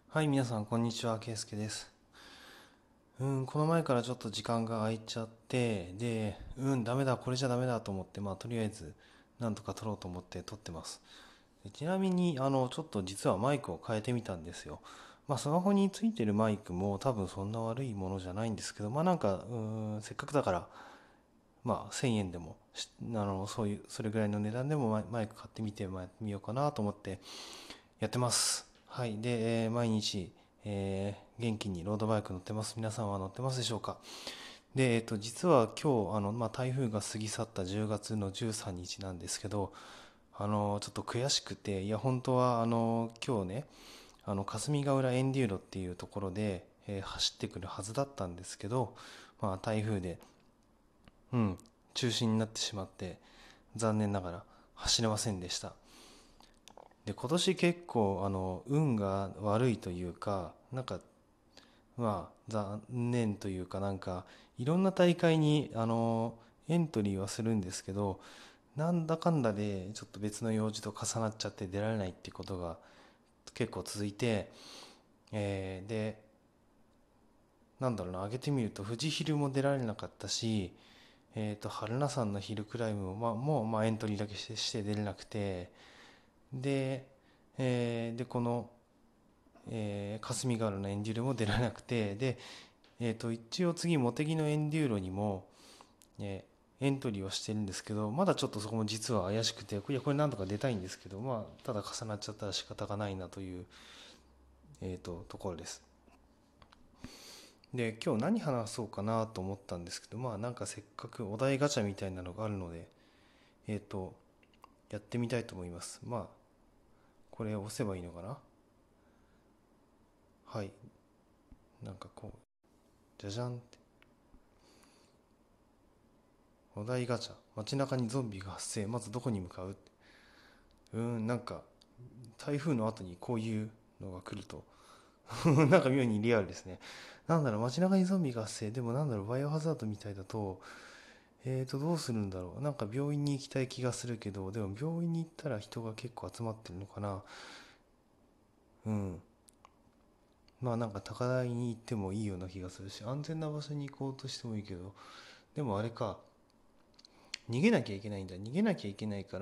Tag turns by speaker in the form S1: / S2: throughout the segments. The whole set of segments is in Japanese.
S1: はい、皆さん、こんにちは。ケイスケです。この前からちょっと時間が空いちゃって、で、ダメだ、これじゃダメだと思って、とりあえず、なんとか撮ろうと思って撮ってます。でちなみに、ちょっと実はマイクを変えてみたんですよ。スマホについてるマイクも多分そんな悪いものじゃないんですけど、せっかくだから、1000円でも、そういう、それぐらいの値段でもマイク買ってみてみようかなと思ってやってます。はい。で、毎日、元気にロードバイク乗ってます。皆さんは乗ってますでしょうか？で、実は今日、台風が過ぎ去った10月の13日なんですけど、ちょっと悔しくて、いや、本当は、今日ね、霞ヶ浦エンデューロっていうところで、走ってくるはずだったんですけど、台風で、うん、中止になってしまって、残念ながら走れませんでした。で、今年結構運が悪いというか、残念というか、いろんな大会にエントリーはするんですけど、なんだかんだでちょっと別の用事と重なっちゃって出られないっていうことが結構続いて、で、なんだろうな、上げてみると富士ヒルも出られなかったし、榛名山のヒルクライムも、エントリーだけして出れなくて、で、この霞ヶ浦のエンデューロも出られなくて、で、一応次、茂木のエンデューロにも、エントリーはしてるんですけど、まだちょっとそこも実は怪しくて、いや、これなんとか出たいんですけど、ただ重なっちゃったら仕方がないなという、ところです。で、今日何話そうかなと思ったんですけど、せっかくお題ガチャみたいなのがあるので、えっ、と、やってみたいと思います。これを押せばいいのかな？はい。こう、じゃじゃんって。お題ガチャ。街中にゾンビが発生。まずどこに向かう？台風の後にこういうのが来ると妙にリアルですね。街中にゾンビが発生。でもバイオハザードみたいだと、どうするんだろう。病院に行きたい気がするけど、でも病院に行ったら人が結構集まってるのかな。うん。高台に行ってもいいような気がするし、安全な場所に行こうとしてもいいけど、でもあれか、逃げなきゃいけないんだ。逃げなきゃいけないから、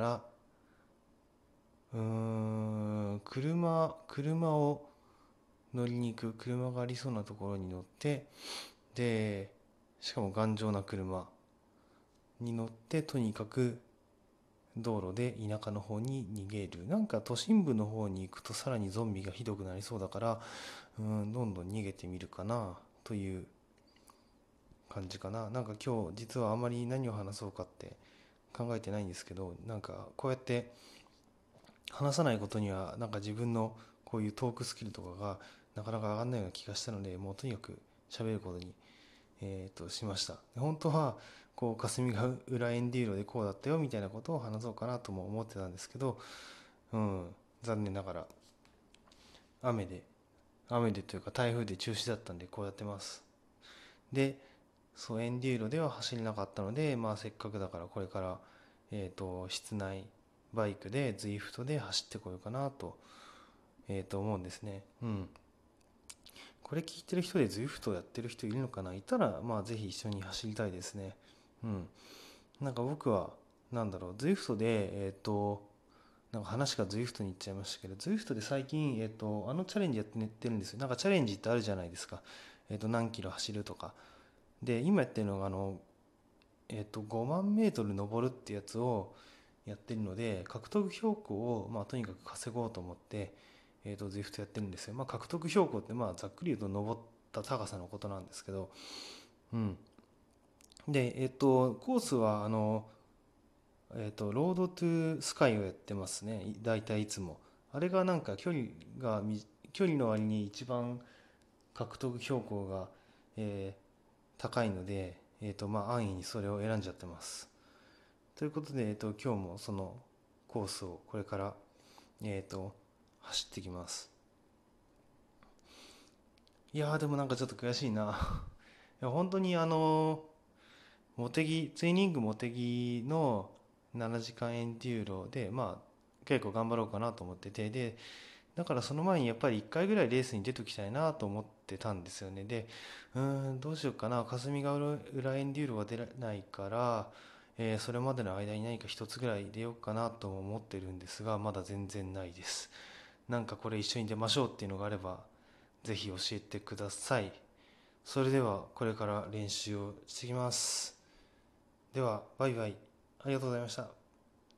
S1: 車を乗りに行く、車がありそうなところに乗って、で、しかも頑丈な車に乗って、とにかく道路で田舎の方に逃げる。都心部の方に行くとさらにゾンビがひどくなりそうだから、どんどん逃げてみるかな、という感じかな。今日実はあまり何を話そうかって考えてないんですけど、こうやって話さないことには自分のこういうトークスキルとかがなかなか上がんないような気がしたので、もうとにかく喋ることに、しました。本当はこう霞ヶ浦エンデューロでこうだったよみたいなことを話そうかなとも思ってたんですけど、残念ながら雨で雨でというか台風で中止だったんでこうやってます。で、そうエンデューロでは走れなかったので、せっかくだからこれから、室内バイクで ZWIFT で走ってこようかなと、思うんですね。これ聞いてる人で ZWIFT をやってる人いるのかな？いたらぜひ一緒に走りたいですね。うん。僕はZWIFT で話が ZWIFT に行っちゃいましたけど、ZWIFT で最近チャレンジやってるんですよ。チャレンジってあるじゃないですか。何キロ走るとかで、今やってるのが5万メートル登るってやつをやってるので、獲得標高をとにかく稼ごうと思って、ZWIFT やってるんですよ。獲得標高ってざっくり言うと登った高さのことなんですけど、うん。で、コースはロードトゥスカイをやってますね。大体いつも。あれが距離の割に一番獲得標高が、高いので、安易にそれを選んじゃってます。ということで、今日もそのコースをこれから、走ってきます。いやー、でもちょっと悔しいな。いや、本当にツイニングモテギの7時間エンデューロで、結構頑張ろうかなと思ってて、で、 だからその前にやっぱり1回ぐらいレースに出ときたいなと思ってたんですよね。で、どうしようかな。霞ヶ浦エンデューロは出ないから、それまでの間に何か一つぐらい出ようかなとも思ってるんですが、まだ全然ないです。なんかこれ一緒に出ましょうっていうのがあれば、ぜひ教えてください。それではこれから練習をしてきます。では、バイバイ。ありがとうございました。